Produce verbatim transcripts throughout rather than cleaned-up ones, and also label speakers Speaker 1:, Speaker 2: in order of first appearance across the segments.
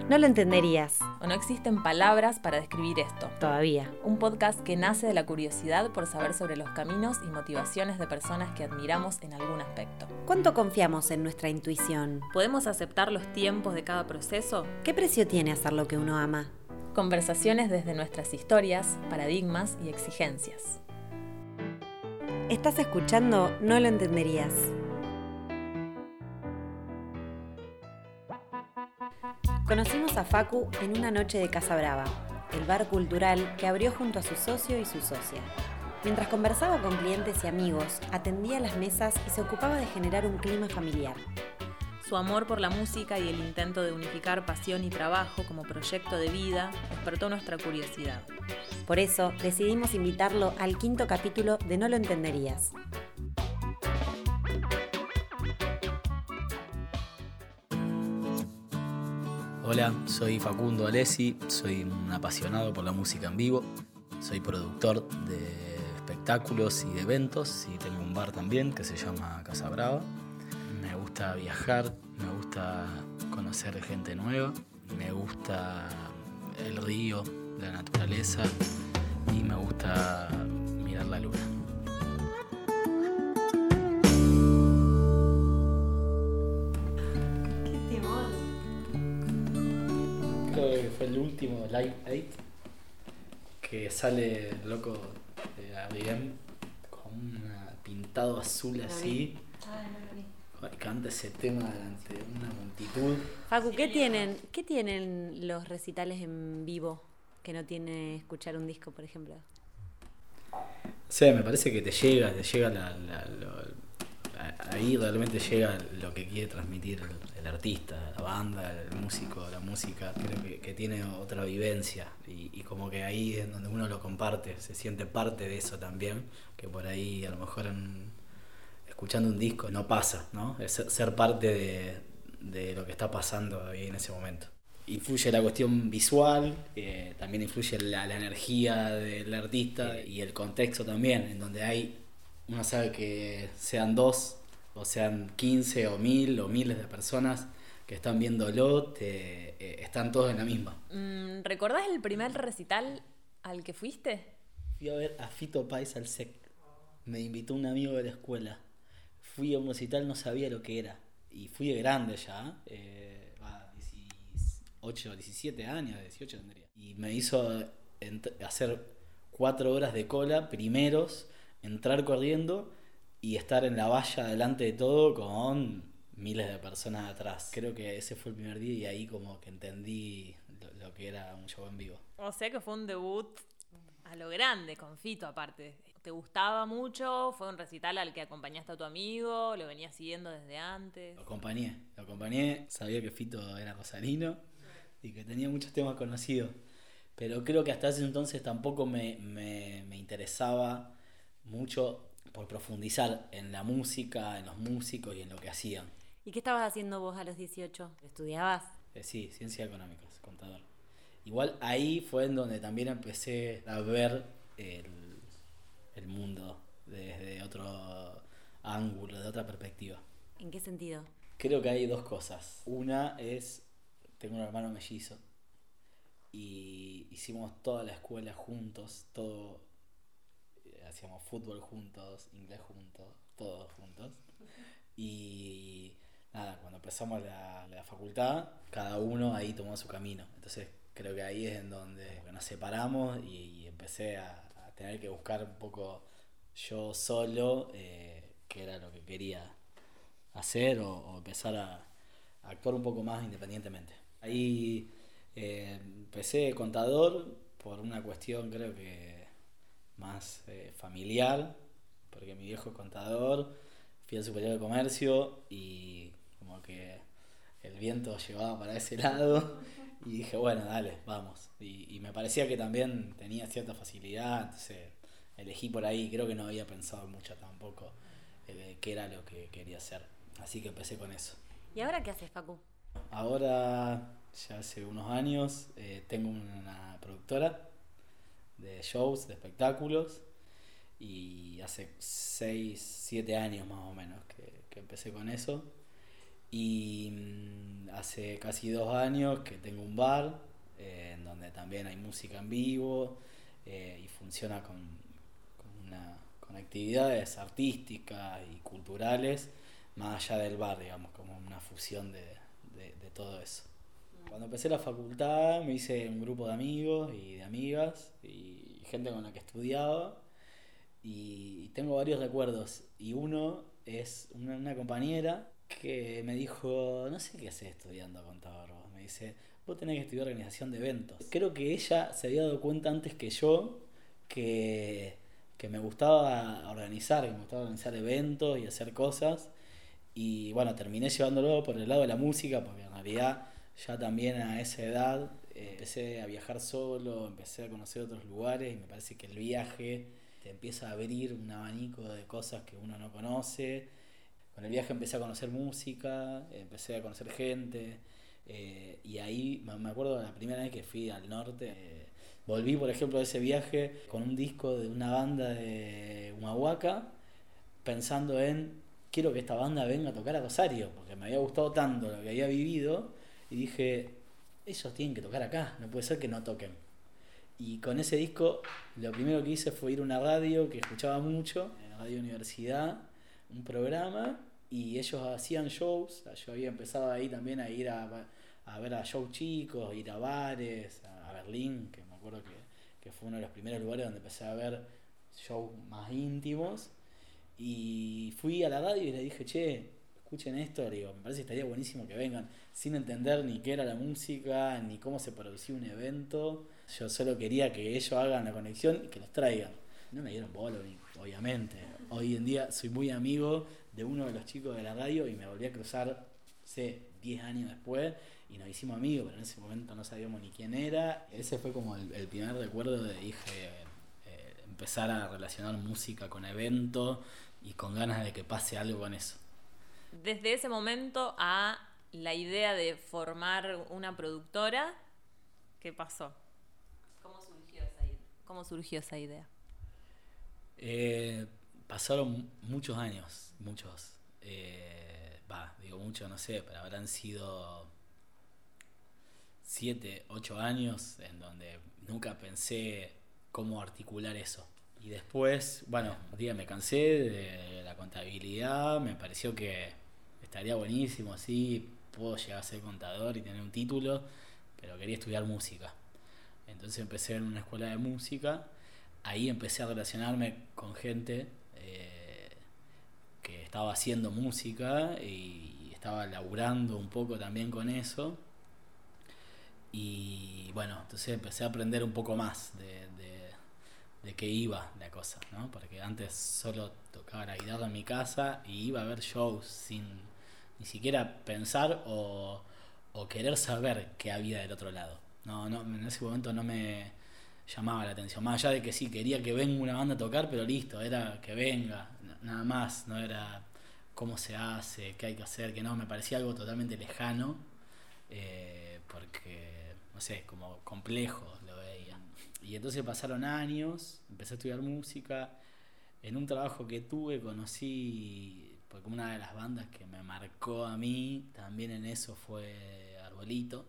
Speaker 1: No lo entenderías.
Speaker 2: O no existen palabras para describir esto.
Speaker 1: Todavía.
Speaker 2: Un podcast que nace de la curiosidad por saber sobre los caminos y motivaciones de personas que admiramos en algún aspecto.
Speaker 1: ¿Cuánto confiamos en nuestra intuición?
Speaker 2: ¿Podemos aceptar los tiempos de cada proceso?
Speaker 1: ¿Qué precio tiene hacer lo que uno ama?
Speaker 2: Conversaciones desde nuestras historias, paradigmas y exigencias.
Speaker 1: Estás escuchando No lo entenderías. Conocimos a Facu en una noche de Casa Brava, el bar cultural que abrió junto a su socio y su socia. Mientras conversaba con clientes y amigos, atendía las mesas y se ocupaba de generar un clima familiar.
Speaker 2: Su amor por la música y el intento de unificar pasión y trabajo como proyecto de vida despertó nuestra curiosidad.
Speaker 1: Por eso decidimos invitarlo al quinto capítulo de No lo entenderías.
Speaker 3: Hola, soy Facundo Alessi, soy un apasionado por la música en vivo, soy productor de espectáculos y de eventos y tengo un bar también que se llama Casa Brava. Me gusta viajar, me gusta conocer gente nueva, me gusta el río, la naturaleza y me gusta mirar la luna. Creo que fue el último Live Aid que sale el loco de R E M con un pintado azul así. Canta ese tema delante de una multitud.
Speaker 1: Facu, ¿qué tienen, ¿qué tienen los recitales en vivo que no tiene escuchar un disco, por ejemplo?
Speaker 3: O sea, me parece que te llega, te llega la, la, lo, ahí realmente llega lo que quiere transmitir el, el artista, la banda, el músico, la música. Creo que, que tiene otra vivencia y, y como que ahí es donde uno lo comparte, se siente parte de eso también, que por ahí a lo mejor en, escuchando un disco no pasa, ¿no? Es ser parte de, de lo que está pasando ahí en ese momento. Influye la cuestión visual, eh, también influye la, la energía del artista y el contexto también, en donde hay, uno sabe que sean dos, o sean quince o mil o miles de personas que están viéndolo, te, eh, están todos en la misma.
Speaker 2: ¿Recordás el primer recital al que fuiste?
Speaker 3: Fui a ver a Fito Páez al S E C. Me invitó un amigo de la escuela. Fui a un recital, no sabía lo que era. Y fui de grande ya, eh, a dieciocho, diecisiete años, dieciocho tendría. Y me hizo ent- hacer cuatro horas de cola, primeros, entrar corriendo y estar en la valla delante de todo con miles de personas atrás. Creo que ese fue el primer día y ahí como que entendí lo, lo que era un show en vivo.
Speaker 2: O sea que fue un debut a lo grande, con Fito aparte. ¿Te gustaba mucho? ¿Fue un recital al que acompañaste a tu amigo? ¿Lo venías siguiendo desde antes?
Speaker 3: Lo acompañé, lo acompañé, sabía que Fito era rosarino y que tenía muchos temas conocidos. Pero creo que hasta ese entonces tampoco me, me, me interesaba mucho por profundizar en la música, en los músicos y en lo que hacían.
Speaker 1: ¿Y qué estabas haciendo vos a los dieciocho? ¿Estudiabas?
Speaker 3: Eh, sí, ciencias económicas, contador. Igual ahí fue en donde también empecé a ver el, el mundo desde otro ángulo, de otra perspectiva.
Speaker 1: ¿En qué sentido?
Speaker 3: Creo que hay dos cosas. Una es, tengo un hermano mellizo y hicimos toda la escuela juntos, todo, hacíamos fútbol juntos, inglés juntos, todos juntos. Y nada, cuando empezamos la, la facultad, cada uno ahí tomó su camino. Entonces creo que ahí es en donde nos separamos y, y empecé a, a tener que buscar un poco yo solo eh, qué era lo que quería hacer o, o empezar a, a actuar un poco más independientemente. Ahí eh, empecé contador por una cuestión creo que más eh, familiar, porque mi viejo es contador, fui al superior de comercio y como que el viento llevaba para ese lado y dije bueno dale, vamos. Y, y me parecía que también tenía cierta facilidad, entonces elegí por ahí, creo que no había pensado mucho tampoco eh, qué era lo que quería hacer, así que empecé con eso.
Speaker 1: ¿Y ahora qué haces, Facu?
Speaker 3: Ahora, ya hace unos años, eh, tengo una productora de shows, de espectáculos, y hace seis siete años más o menos que, que empecé con eso. Y mm, hace casi dos años que tengo un bar eh, en donde también hay música en vivo eh, y funciona con, con, una, con actividades artísticas y culturales más allá del bar, digamos, como una fusión de, de, de todo eso. Cuando empecé la facultad me hice un grupo de amigos y de amigas y gente con la que estudiaba y tengo varios recuerdos y uno es una, una compañera que me dijo, no sé qué haces estudiando contador, vos. Me dice, vos tenés que estudiar organización de eventos. Creo que ella se había dado cuenta antes que yo que, que me gustaba organizar, que me gustaba organizar eventos y hacer cosas. Y bueno, terminé llevándolo por el lado de la música, porque en realidad ya también a esa edad eh, empecé a viajar solo, empecé a conocer otros lugares y me parece que el viaje te empieza a abrir un abanico de cosas que uno no conoce. Con el viaje empecé a conocer música, empecé a conocer gente eh, y ahí me acuerdo la primera vez que fui al norte. Eh, volví, por ejemplo, de ese viaje con un disco de una banda de Humahuaca pensando en quiero que esta banda venga a tocar a Rosario, porque me había gustado tanto lo que había vivido y dije, ellos tienen que tocar acá, no puede ser que no toquen. Y con ese disco lo primero que hice fue ir a una radio que escuchaba mucho, en la Radio Universidad, un programa, y ellos hacían shows. Yo había empezado ahí también a ir a, a ver a shows chicos, ir a bares, a, a Berlín, que me acuerdo que, que fue uno de los primeros lugares donde empecé a ver shows más íntimos. Y fui a la radio y le dije, che, escuchen esto, le digo, me parece que estaría buenísimo que vengan, sin entender ni qué era la música, ni cómo se producía un evento. Yo solo quería que ellos hagan la conexión y que los traigan. No me dieron bola, obviamente. Hoy en día soy muy amigo de uno de los chicos de la radio y me volví a cruzar, no sé, diez años después y nos hicimos amigos, pero en ese momento no sabíamos ni quién era. Ese fue como el, el primer recuerdo de, dije, eh, empezar a relacionar música con eventos y con ganas de que pase algo con eso.
Speaker 2: Desde ese momento a la idea de formar una productora, ¿qué pasó? ¿Cómo surgió esa idea? ¿Cómo surgió esa idea?
Speaker 3: Eh, pasaron muchos años, muchos, eh, va, digo muchos, no sé, pero habrán sido siete, ocho años en donde nunca pensé cómo articular eso. Y después, bueno, un día me cansé de la contabilidad, me pareció que estaría buenísimo, sí, puedo llegar a ser contador y tener un título, pero quería estudiar música. Entonces empecé en una escuela de música. Ahí empecé a relacionarme con gente eh, que estaba haciendo música y estaba laburando un poco también con eso. Y bueno, entonces empecé a aprender un poco más de, de, de qué iba la cosa, ¿no? Porque antes solo tocaba la guitarra en mi casa y iba a ver shows sin ni siquiera pensar o, o querer saber qué había del otro lado. No, no, en ese momento no me llamaba la atención, más allá de que sí, quería que venga una banda a tocar, pero listo, era que venga, nada más, no era cómo se hace, qué hay que hacer, que no, me parecía algo totalmente lejano, eh, porque, no sé, como complejo lo veía. Y entonces pasaron años, empecé a estudiar música, en un trabajo que tuve conocí, porque una de las bandas que me marcó a mí, también en eso fue Arbolito,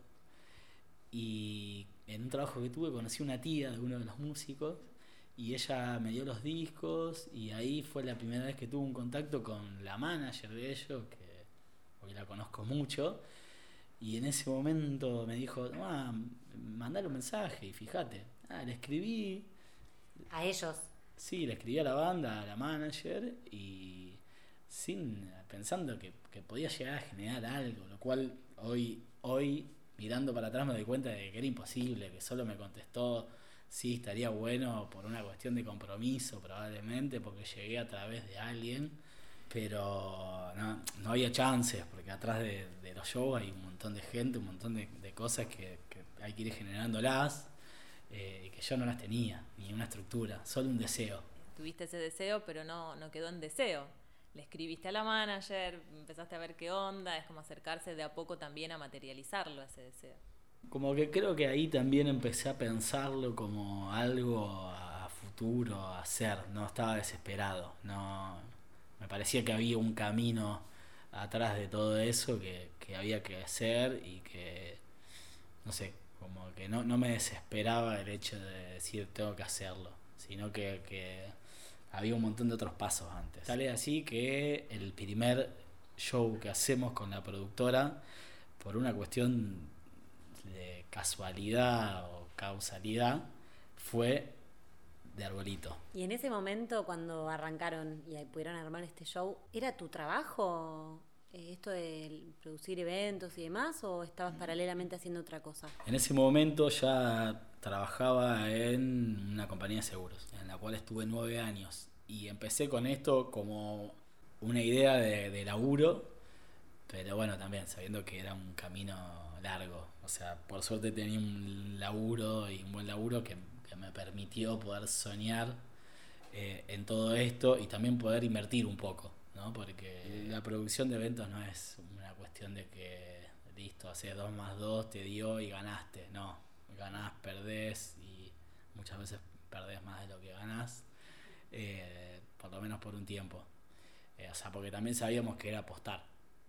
Speaker 3: y en un trabajo que tuve conocí una tía de uno de los músicos y ella me dio los discos y ahí fue la primera vez que tuve un contacto con la manager de ellos, que hoy la conozco mucho, y en ese momento me dijo, ah, mandale un mensaje y fíjate, ah, le escribí
Speaker 1: a ellos.
Speaker 3: Sí, le escribí a la banda, a la manager y sin pensando que, que podía llegar a generar algo, lo cual hoy hoy mirando para atrás me doy cuenta de que era imposible, que solo me contestó sí, estaría bueno por una cuestión de compromiso probablemente, porque llegué a través de alguien, pero no, no había chances, porque atrás de, de los shows hay un montón de gente, un montón de, de cosas que, que hay que ir generándolas, eh, y que yo no las tenía, ni una estructura, solo un deseo.
Speaker 2: Tuviste ese deseo, pero no, no quedó en deseo. Le escribiste a la manager, empezaste a ver qué onda, es como acercarse de a poco también a materializarlo, ese deseo.
Speaker 3: Como que creo que ahí también empecé a pensarlo como algo a futuro, a hacer, no estaba desesperado, no me parecía que había un camino atrás de todo eso que, que había que hacer y que, no sé, como que no, no me desesperaba el hecho de decir tengo que hacerlo, sino que, que había un montón de otros pasos antes. Sale así que el primer show que hacemos con la productora, por una cuestión de casualidad o causalidad, fue de Arbolito.
Speaker 1: Y en ese momento, cuando arrancaron y pudieron armar este show, ¿era tu trabajo eh, esto de producir eventos y demás, o estabas paralelamente haciendo otra cosa?
Speaker 3: En ese momento ya trabajaba en una compañía de seguros, en la cual estuve nueve años. Y empecé con esto como una idea de, de laburo, pero bueno, también sabiendo que era un camino largo. O sea, por suerte tenía un laburo y un buen laburo que, que me permitió poder soñar eh, en todo esto y también poder invertir un poco, ¿no? Porque la producción de eventos no es una cuestión de que, listo, haces dos más dos, te dio y ganaste. No, ganás, perdés y muchas veces perdés más de lo que ganás, eh, por lo menos por un tiempo. Eh, o sea, porque también sabíamos que era apostar.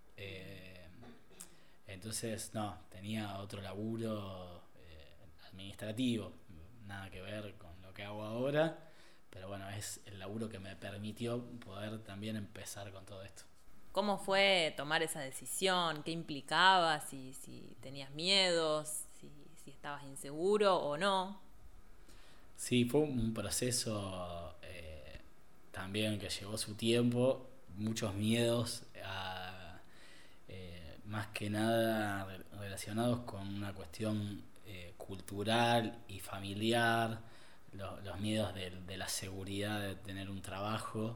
Speaker 3: Eh, entonces, no, tenía otro laburo eh, administrativo, nada que ver con lo que hago ahora, pero bueno, es el laburo que me permitió poder también empezar con todo esto.
Speaker 2: ¿Cómo fue tomar esa decisión? ¿Qué implicaba? Si, si tenías miedos, si, si estabas inseguro o no.
Speaker 3: Sí, fue un proceso eh, también que llevó su tiempo, muchos miedos a... Eh, más que nada relacionados con una cuestión eh, cultural y familiar, lo, los miedos de, de la seguridad de tener un trabajo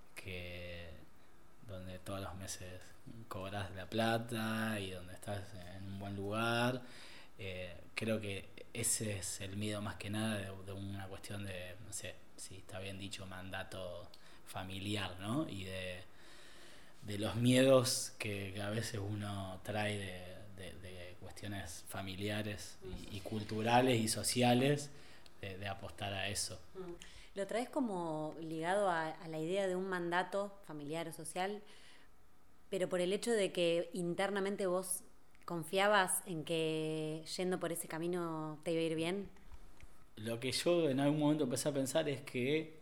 Speaker 3: que donde todos los meses cobras la plata y donde estás en un buen lugar. Eh, creo que ese es el miedo más que nada de, de una cuestión de, no sé si está bien dicho, mandato familiar, ¿no? Y de de los miedos que, que a veces uno trae de, de, de cuestiones familiares y, y culturales y sociales, de, de apostar a eso.
Speaker 1: ¿Lo traes como ligado a, a la idea de un mandato familiar o social, pero por el hecho de que internamente vos confiabas en que yendo por ese camino te iba a ir bien?
Speaker 3: Lo que yo en algún momento empecé a pensar es que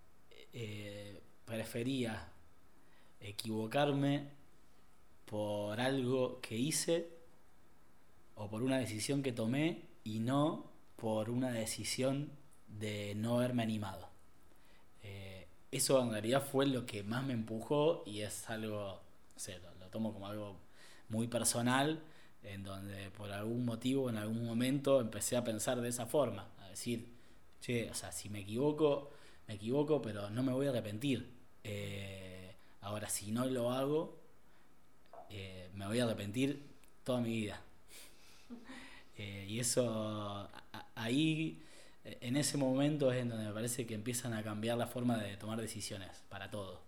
Speaker 3: eh, prefería equivocarme por algo que hice o por una decisión que tomé y no por una decisión de no haberme animado. Eh, eso en realidad fue lo que más me empujó y es algo, no sé, lo, lo tomo como algo muy personal, en donde por algún motivo, en algún momento empecé a pensar de esa forma, a decir, che, o sea, si me equivoco, me equivoco, pero no me voy a arrepentir. Eh, Ahora, si no lo hago, eh, me voy a arrepentir toda mi vida. Eh, y eso, a, ahí, en ese momento es en donde me parece que empiezan a cambiar la forma de tomar decisiones para todo.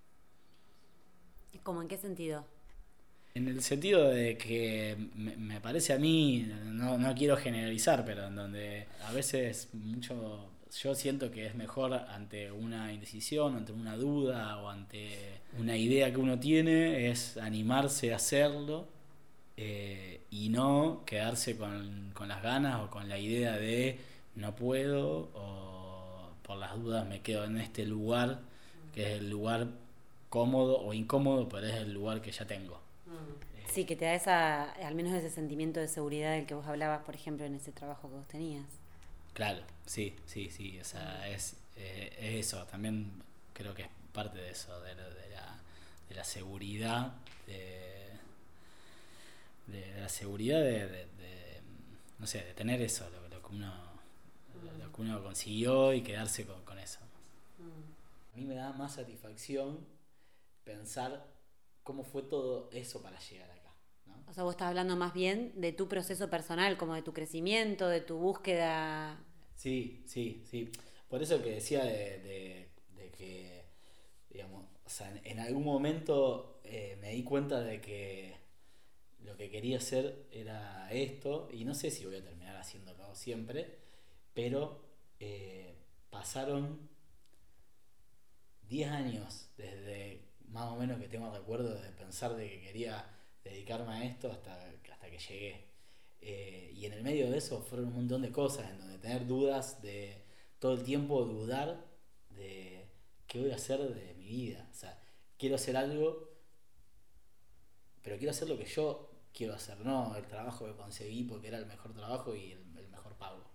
Speaker 1: ¿Cómo en qué sentido?
Speaker 3: En el sentido de que me, me parece a mí, no, no quiero generalizar, pero en donde a veces mucho... Yo siento que es mejor ante una indecisión, ante una duda o ante una idea que uno tiene, es animarse a hacerlo eh, y no quedarse con, con las ganas o con la idea de no puedo o por las dudas me quedo en este lugar, que es el lugar cómodo o incómodo, pero es el lugar que ya tengo.
Speaker 1: Sí, que te da esa, al menos ese sentimiento de seguridad del que vos hablabas, por ejemplo, en ese trabajo que vos tenías.
Speaker 3: Claro, sí, sí, sí, o sea, es, eh, es eso, también creo que es parte de eso, de, la, de, la, de la seguridad, de, de, de la seguridad de, de, de, no sé, de tener eso, lo, lo, que uno, lo, lo que uno consiguió y quedarse con, con eso. A mí me da más satisfacción pensar cómo fue todo eso para llegar acá, ¿no?
Speaker 1: O sea, vos estás hablando más bien de tu proceso personal, como de tu crecimiento, de tu búsqueda.
Speaker 3: Sí, sí, sí. Por eso que decía de, de, de que, digamos, o sea, en, en algún momento eh, me di cuenta de que lo que quería hacer era esto, y no sé si voy a terminar haciéndolo siempre, pero eh, pasaron diez años desde más o menos que tengo recuerdo de pensar de que quería dedicarme a esto hasta, hasta que llegué. Eh, y en el medio de eso fueron un montón de cosas, en donde tener dudas, de todo el tiempo dudar de qué voy a hacer de mi vida. O sea, quiero hacer algo, pero quiero hacer lo que yo quiero hacer, no el trabajo que conseguí porque era el mejor trabajo y el, el mejor pago.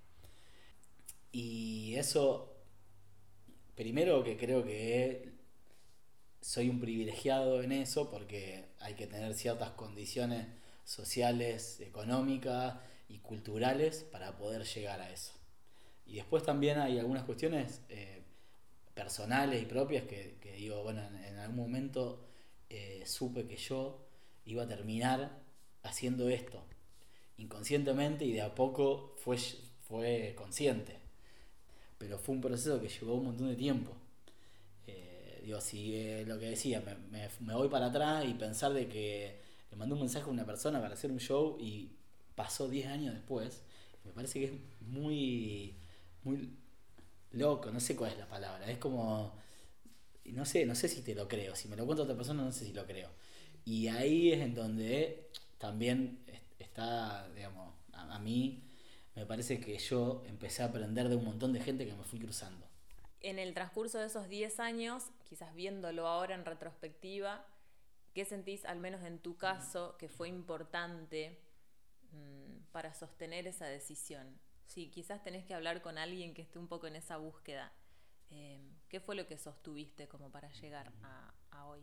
Speaker 3: Y eso, primero que creo que soy un privilegiado en eso porque hay que tener ciertas condiciones sociales, económicas y culturales para poder llegar a eso. Y después también hay algunas cuestiones eh, personales y propias que, que digo, bueno, en, en algún momento eh, supe que yo iba a terminar haciendo esto inconscientemente y de a poco fue, fue consciente. Pero fue un proceso que llevó un montón de tiempo. Eh, digo, si eh, lo que decía, me, me, me voy para atrás y pensar de que le mandé un mensaje a una persona para hacer un show y pasó diez años después, me parece que es muy, muy loco, no sé cuál es la palabra, es como, no sé, no sé si te lo creo, si me lo cuenta otra persona no sé si lo creo. Y ahí es en donde también está, digamos, a, a mí me parece que yo empecé a aprender de un montón de gente que me fui cruzando.
Speaker 2: En el transcurso de esos diez años, quizás viéndolo ahora en retrospectiva, ¿qué sentís, al menos en tu caso, que fue importante mmm, para sostener esa decisión? Si quizás tenés que hablar con alguien que esté un poco en esa búsqueda, eh, ¿qué fue lo que sostuviste como para llegar a, a hoy?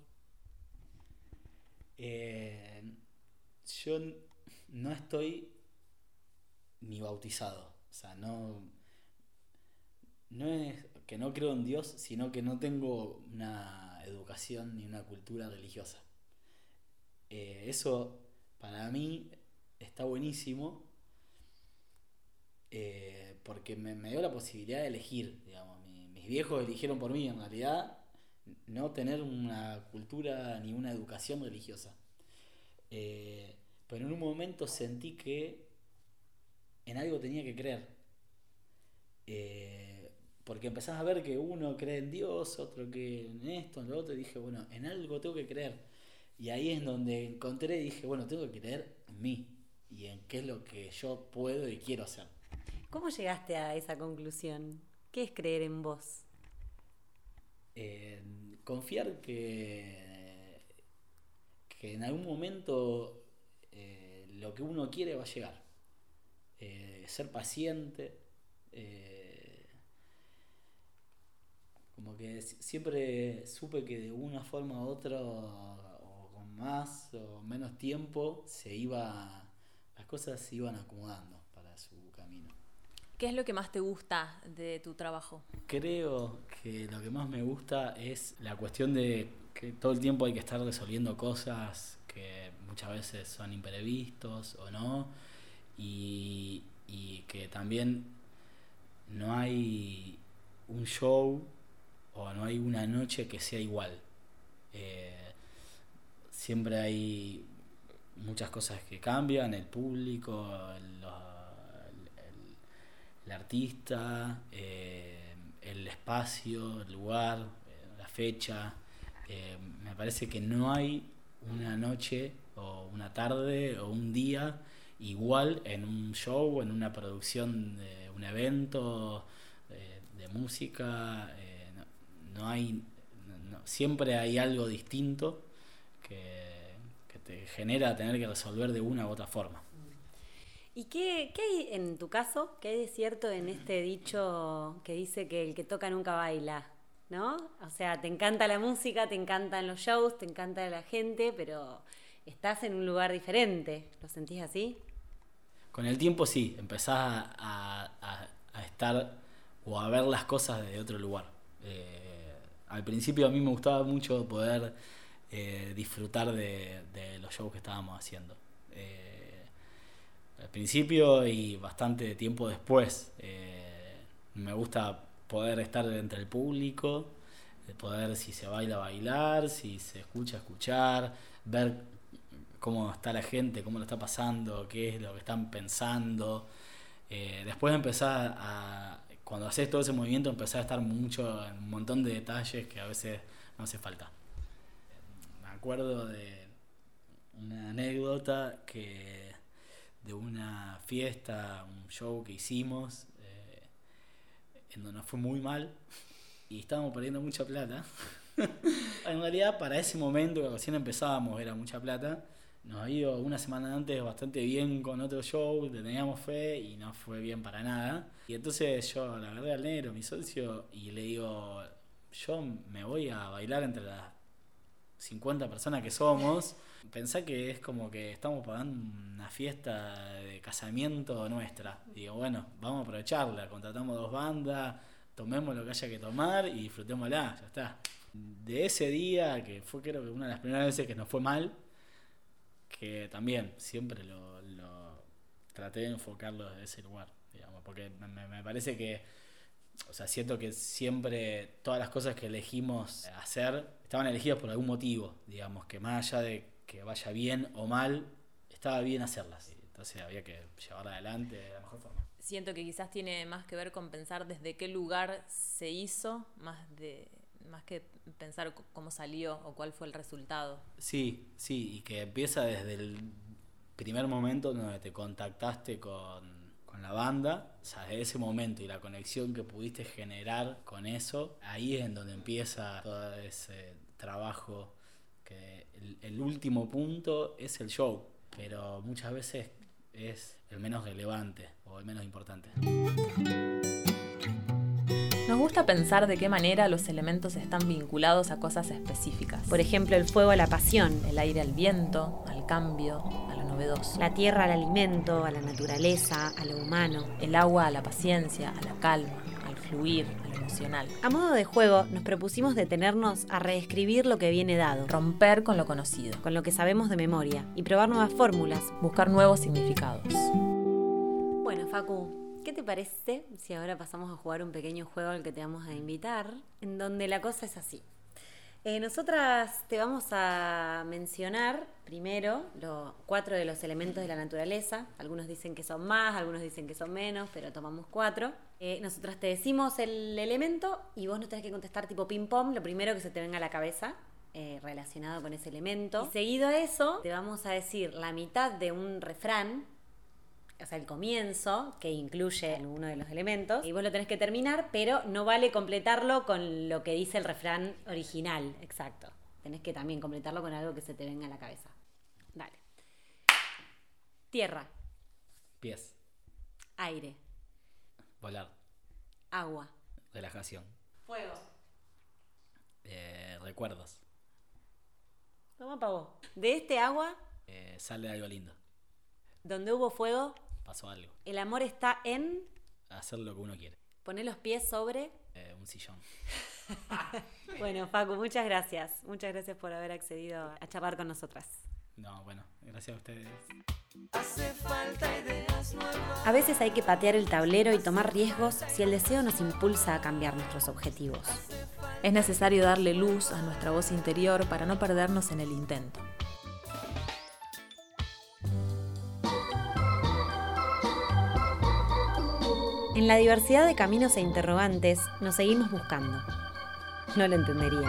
Speaker 3: Eh, yo no estoy ni bautizado, o sea, no, no es que no creo en Dios, sino que no tengo una educación ni una cultura religiosa. Eh, eso para mí está buenísimo eh, porque me, me dio la posibilidad de elegir, digamos, mi, mis viejos eligieron por mí en realidad no tener una cultura ni una educación religiosa. Eh, pero en un momento sentí que en algo tenía que creer. Eh, porque empezás a ver que uno cree en Dios, otro que en esto, en lo otro, y dije, bueno, en algo tengo que creer. Y ahí es donde encontré y dije, bueno, tengo que creer en mí y en qué es lo que yo puedo y quiero hacer.
Speaker 1: ¿Cómo llegaste a esa conclusión? ¿Qué es creer en vos?
Speaker 3: Eh, confiar que, que en algún momento eh, lo que uno quiere va a llegar. Eh, ser paciente. Eh, como que siempre supe que de una forma u otra, o con más o menos tiempo, se iba, las cosas se iban acomodando para su camino.
Speaker 2: ¿Qué es lo que más te gusta de tu trabajo?
Speaker 3: Creo que lo que más me gusta es la cuestión de que todo el tiempo hay que estar resolviendo cosas que muchas veces son imprevistos o no, y, y que también no hay un show o no hay una noche que sea igual. Eh, siempre hay muchas cosas que cambian, el público, el, el, el, el artista, eh, el espacio, el lugar, eh, la fecha. Eh, me parece que no hay una noche o una tarde o un día igual en un show, en una producción de un evento de, de música. Eh, no, no hay, no, siempre hay algo distinto que, que te genera tener que resolver de una u otra forma.
Speaker 1: ¿Y qué, qué hay en tu caso? ¿Qué hay de cierto en este dicho que dice que el que toca nunca baila? ¿No? O sea, te encanta la música, te encantan los shows, te encanta la gente, pero estás en un lugar diferente. ¿Lo sentís así?
Speaker 3: Con el tiempo sí, empezás a, a, a estar o a ver las cosas desde otro lugar. Eh, al principio a mí me gustaba mucho poder eh, disfrutar de, de los shows que estábamos haciendo. Eh, al principio y bastante tiempo después eh, me gusta poder estar entre el público, de poder, si se baila, bailar, si se escucha, escuchar, ver cómo está la gente, cómo lo está pasando, qué es lo que están pensando. Eh, después empezar a, cuando haces todo ese movimiento, empezar a estar mucho en un montón de detalles que a veces no hace falta. acuerdo de una anécdota que de una fiesta, un show que hicimos, eh, en donde nos fue muy mal y estábamos perdiendo mucha plata. En realidad, para ese momento que recién empezábamos, era mucha plata. Nos había ido una semana antes bastante bien con otro show, le teníamos fe y no fue bien para nada. Y entonces yo le agarré al negro, mi socio, y le digo, yo me voy a bailar entre las cincuenta personas que somos. Pensá que es como que estamos pagando una fiesta de casamiento nuestra. Digo, bueno, vamos a aprovecharla, contratamos dos bandas, tomemos lo que haya que tomar y disfrutémosla, ya está. De ese día, que fue creo que una de las primeras veces que nos fue mal, que también siempre lo, lo traté de enfocarlo desde ese lugar, digamos, porque me, me parece que, o sea, siento que siempre todas las cosas que elegimos hacer estaban elegidas por algún motivo, digamos, que más allá de que vaya bien o mal, estaba bien hacerlas, entonces había que llevarla adelante de la mejor forma.
Speaker 2: Siento que quizás tiene más que ver con pensar desde qué lugar se hizo, más de más que pensar c- cómo salió o cuál fue el resultado.
Speaker 3: Sí, sí, y que empieza desde el primer momento donde te contactaste con, con la banda, o sea, desde ese momento y la conexión que pudiste generar con eso, ahí es en donde empieza todo ese trabajo, que el, el último punto es el show, pero muchas veces es el menos relevante o el menos importante.
Speaker 2: Nos gusta pensar de qué manera los elementos están vinculados a cosas específicas.
Speaker 1: Por ejemplo, el fuego a la pasión,
Speaker 2: El aire al viento, al cambio, a lo novedoso.
Speaker 1: la tierra al alimento, a la naturaleza, a lo humano.
Speaker 2: El agua a la paciencia, a la calma, al fluir, a lo emocional.
Speaker 1: A modo de juego, nos propusimos detenernos a reescribir lo que viene dado,
Speaker 2: Romper con lo conocido.
Speaker 1: con lo que sabemos de memoria, y probar nuevas fórmulas.
Speaker 2: Buscar nuevos significados.
Speaker 1: Bueno, Facu, ¿qué te parece si ahora pasamos a jugar un pequeño juego al que te vamos a invitar, en donde la cosa es así? Eh, nosotras te vamos a mencionar primero los cuatro de los elementos de la naturaleza. Algunos dicen que son más, algunos dicen que son menos, pero tomamos cuatro. Eh, nosotras te decimos el elemento y vos nos tenés que contestar tipo ping-pong, lo primero que se te venga a la cabeza eh, relacionado con ese elemento. Y seguido a eso, te vamos a decir la mitad de un refrán, o sea, el comienzo, que incluye alguno de los elementos, y vos lo tenés que terminar, pero no vale completarlo con lo que dice el refrán original, exacto. Tenés que también completarlo con algo que se te venga a la cabeza. Dale. Tierra,
Speaker 3: Pies,
Speaker 1: aire,
Speaker 3: volar,
Speaker 1: agua,
Speaker 3: relajación,
Speaker 1: fuego.
Speaker 3: eh, recuerdos,
Speaker 1: Toma pa' vos. De este agua,
Speaker 3: eh, sale algo lindo,
Speaker 1: donde hubo fuego,
Speaker 3: pasó algo,
Speaker 1: el amor está en
Speaker 3: hacer lo que uno quiere,
Speaker 1: poner los pies sobre...
Speaker 3: eh, un sillón.
Speaker 1: Bueno, Facu, muchas gracias. Muchas gracias por haber accedido a charlar con nosotras.
Speaker 3: No, bueno, gracias a ustedes.
Speaker 1: A veces hay que patear el tablero y tomar riesgos si el deseo nos impulsa a cambiar nuestros objetivos.
Speaker 2: Es necesario darle luz a nuestra voz interior para no perdernos en el intento.
Speaker 1: En la diversidad de caminos e interrogantes nos seguimos buscando. No lo entenderías.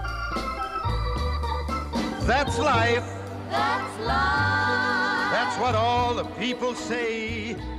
Speaker 4: That's life. That's life. That's what all the people say.